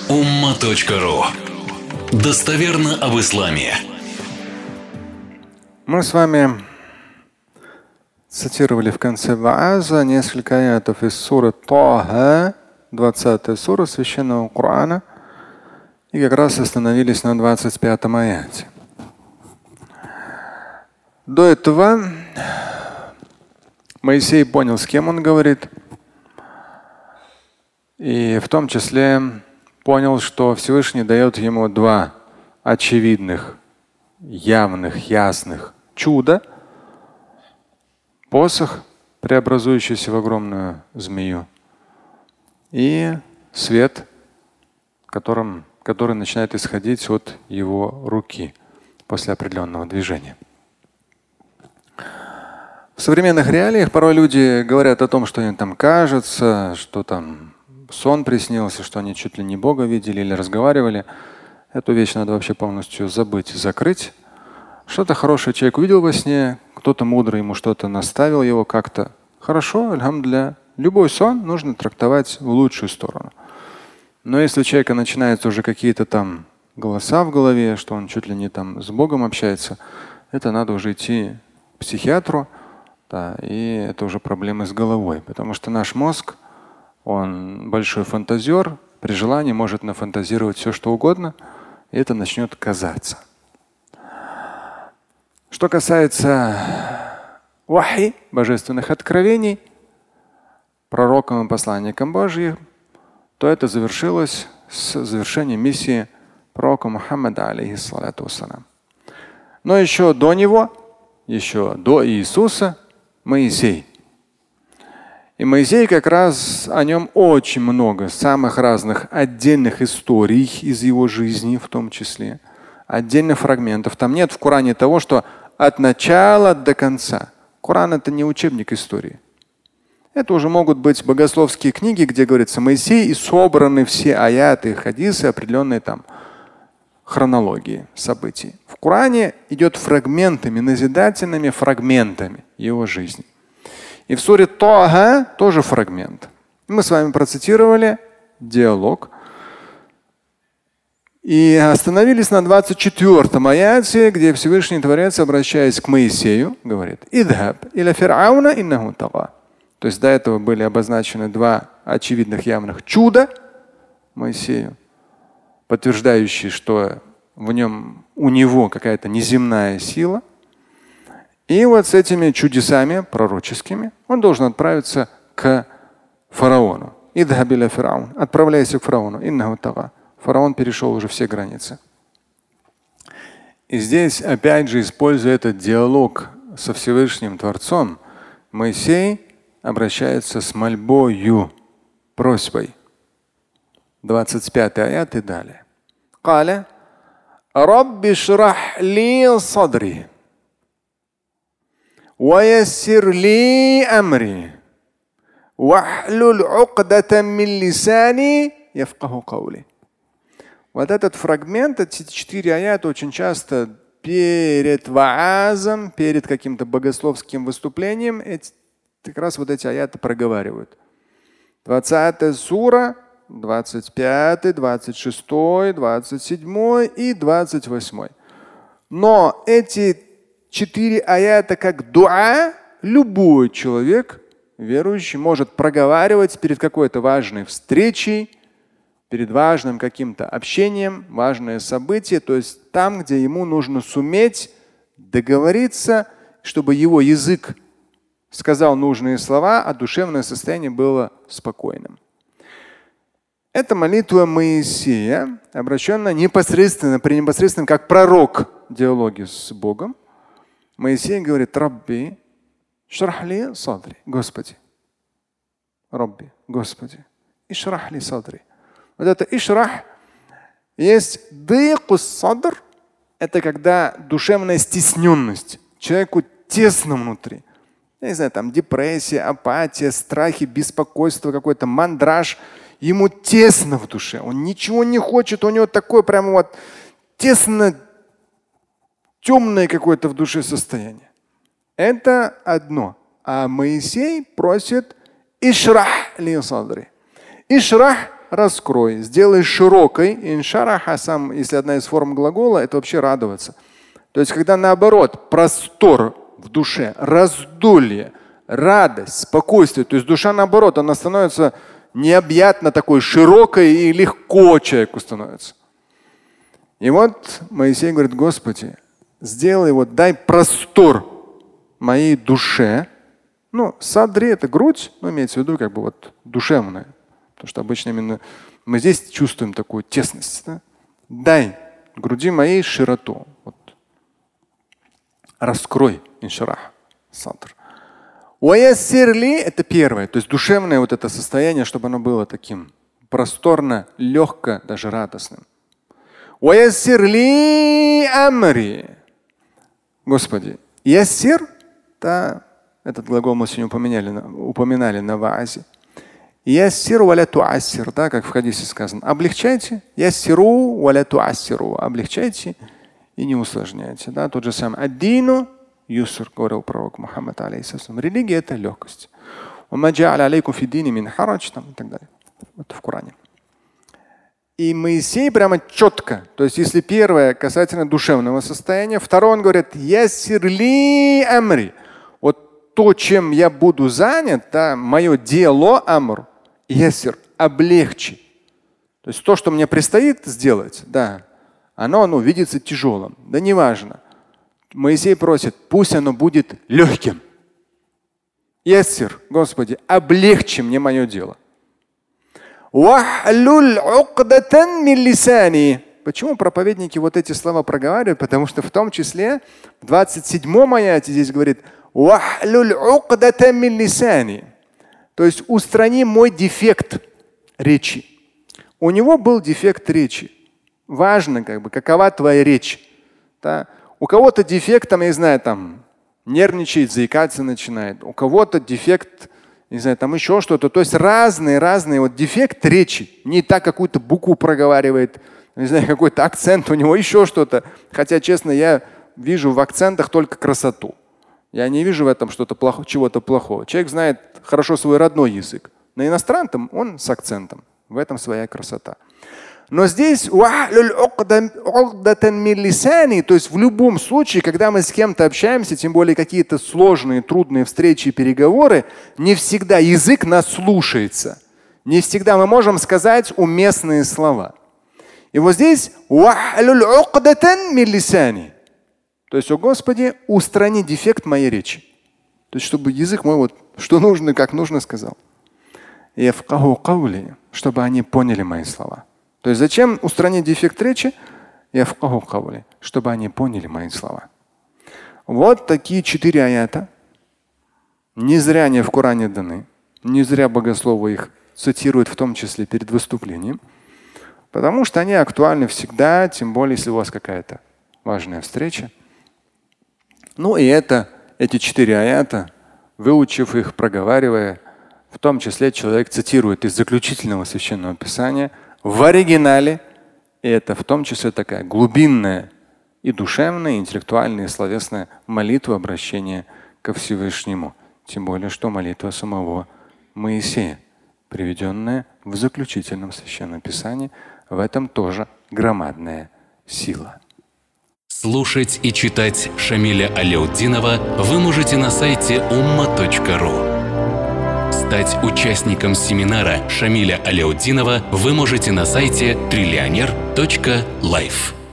umma.ru. Достоверно об исламе. Мы с вами цитировали в конце Вааза несколько аятов из суры Таха, 20 сура Священного Корана, и как раз остановились на 25-м аяте. До этого Моисей понял, с кем он говорит, и в том числе понял, что Всевышний дает ему два очевидных, явных, ясных чуда: посох, преобразующийся в огромную змею, и свет, который начинает исходить от его руки после определенного движения. В современных реалиях порой люди говорят о том, что им там кажется, что там сон приснился, что они чуть ли не Бога видели или разговаривали. Эту вещь надо вообще полностью забыть, закрыть. Что-то хорошее человек увидел во сне, кто-то мудрый ему что-то наставил его как-то. Хорошо, альхамдулилля. Любой сон нужно трактовать в лучшую сторону. Но если у человека начинаются уже какие-то там голоса в голове, что он чуть ли не там с Богом общается, это надо уже идти к психиатру. Да, и это уже проблемы с головой, потому что наш мозг, он большой фантазер, при желании может нафантазировать все, что угодно, и это начнет казаться. Что касается вахи, божественных откровений, пророкам и посланникам Божьим, то это завершилось с завершением миссии пророка Мухаммада, алейхиссалату вассалям. Но еще до него, еще до Иисуса, Моисей. И Моисей как раз о нем очень много, самых разных отдельных историй из его жизни, в том числе, отдельных фрагментов. Там нет в Коране того, что от начала до конца. Коран — это не учебник истории. Это уже могут быть богословские книги, где говорится Моисей, и собраны все аяты, хадисы, определенные там хронологии событий. В Коране идет фрагментами, назидательными фрагментами его жизни. И в суре Таха тоже фрагмент. Мы с вами процитировали диалог и остановились на 24-м аяте, где Всевышний Творец, обращаясь к Моисею, говорит: «Идхаб иля фир'ауна иннаху тага». То есть до этого были обозначены два очевидных явных чуда Моисею, подтверждающие, что у него какая-то неземная сила. И вот с этими чудесами пророческими он должен отправиться к фараону. Отправляйся к фараону. Фараон перешел уже все границы. И здесь, опять же, используя этот диалог со Всевышним Творцом, Моисей обращается с мольбою, просьбой. 25 аят и далее. Каля Рабби шрах ли садри ويسر لي أمري واحلل عقدة من لساني يفقهوا قولي. Вот этот фрагмент, эти 4 аята очень часто перед ваазом, перед каким-то богословским выступлением, как раз вот эти аяты проговаривают. 20 сура, 25, 26, 27 и 28. Но эти 4 аята как дуа любой человек, верующий, может проговаривать перед какой-то важной встречей, перед важным каким-то общением, важное событие, то есть там, где ему нужно суметь договориться, чтобы его язык сказал нужные слова, а душевное состояние было спокойным. Это молитва Моисея, обращенная непосредственно, как пророк в диалоге с Богом. Моисей говорит: Рабби, шрахли садри. Господи. Рабби, Господи. Ишрахли садри. Вот это ишрах есть дыйкус садр. Это когда душевная стесненность. Человеку тесно внутри. Я не знаю, там депрессия, апатия, страхи, беспокойство, какой-то мандраж. Ему тесно в душе. Он ничего не хочет. У него такое прямо вот тесно, темное какое-то в душе состояние. Это одно. А Моисей просит ишрах ли садри. Ишрах раскрой, сделай широкой. Иншараха сам, если одна из форм глагола, это вообще радоваться. То есть, когда наоборот, простор в душе, раздолье, радость, спокойствие, то есть душа наоборот, она становится необъятно такой широкой и легко человеку становится. И вот Моисей говорит: Господи, сделай, вот дай простор моей душе. Ну, садри — это грудь, но имеется в виду как бы вот душевная. Потому что обычно именно мы здесь чувствуем такую тесность. Да? Дай груди моей широту. Вот. Раскрой, иншарах, садр. Уаяссирли — это первое, то есть душевное вот это состояние, чтобы оно было таким просторно, легко, даже радостным. Уаяссирли амри. Господи, яссир, да, этот глагол мы сегодня упоминали на ваазе. Яссир валя туассир, да, как в хадисе сказано. Облегчайте, яссиру валя туассиру. Облегчайте и не усложняйте. Да, тот же самый аддину юср, говорил пророк Мухаммад алейхиссалям. Религия — это легкость. И так далее. Это в Коране. И Моисей прямо четко, то есть если первое касательно душевного состояния, второе он говорит: яссирли амри. Вот то, чем я буду занят, да, мое дело, амр, яссир, облегчи. То есть то, что мне предстоит сделать, да, оно видится тяжелым. Да неважно. Моисей просит: пусть оно будет легким. Яссир, Господи, облегчи мне мое дело. Почему проповедники вот эти слова проговаривают? Потому что в том числе в 27-м аяте здесь говорит: то есть устрани мой дефект речи. У него был дефект речи. Важно, как бы, какова твоя речь. Да? У кого-то дефект, там, я не знаю, там нервничает, заикаться начинает. У кого-то дефект, не знаю, там еще что-то. То есть разные. Вот дефект речи. Не так какую-то букву проговаривает, не знаю, какой-то акцент у него, еще что-то. Хотя, честно, я вижу в акцентах только красоту. Я не вижу в этом чего-то плохого. Человек знает хорошо свой родной язык. На иностранном он с акцентом. В этом своя красота. Но здесь, то есть в любом случае, когда мы с кем-то общаемся, тем более какие-то сложные, трудные встречи и переговоры, не всегда язык нас слушается. Не всегда мы можем сказать уместные слова. И вот здесь, то есть, о Господи, устрани дефект моей речи. То есть, чтобы язык мой что нужно и как нужно сказал. Чтобы они поняли мои слова. То есть зачем устранить дефект речи? Чтобы они поняли мои слова. Вот такие 4 аята. Не зря они в Коране даны. Не зря богословы их цитируют, в том числе перед выступлением. Потому что они актуальны всегда, тем более, если у вас какая-то важная встреча. Ну и эти 4 аята, выучив их, проговаривая, в том числе человек цитирует из заключительного священного писания в оригинале. И это в том числе такая глубинная и душевная, и интеллектуальная, и словесная молитва, обращение ко Всевышнему. Тем более, что молитва самого Моисея, приведенная в заключительном священном писании, в этом тоже громадная сила. Слушать и читать Шамиля Аляутдинова вы можете на сайте umma.ru. Стать участником семинара Шамиля Аляутдинова вы можете на сайте trillioner.life.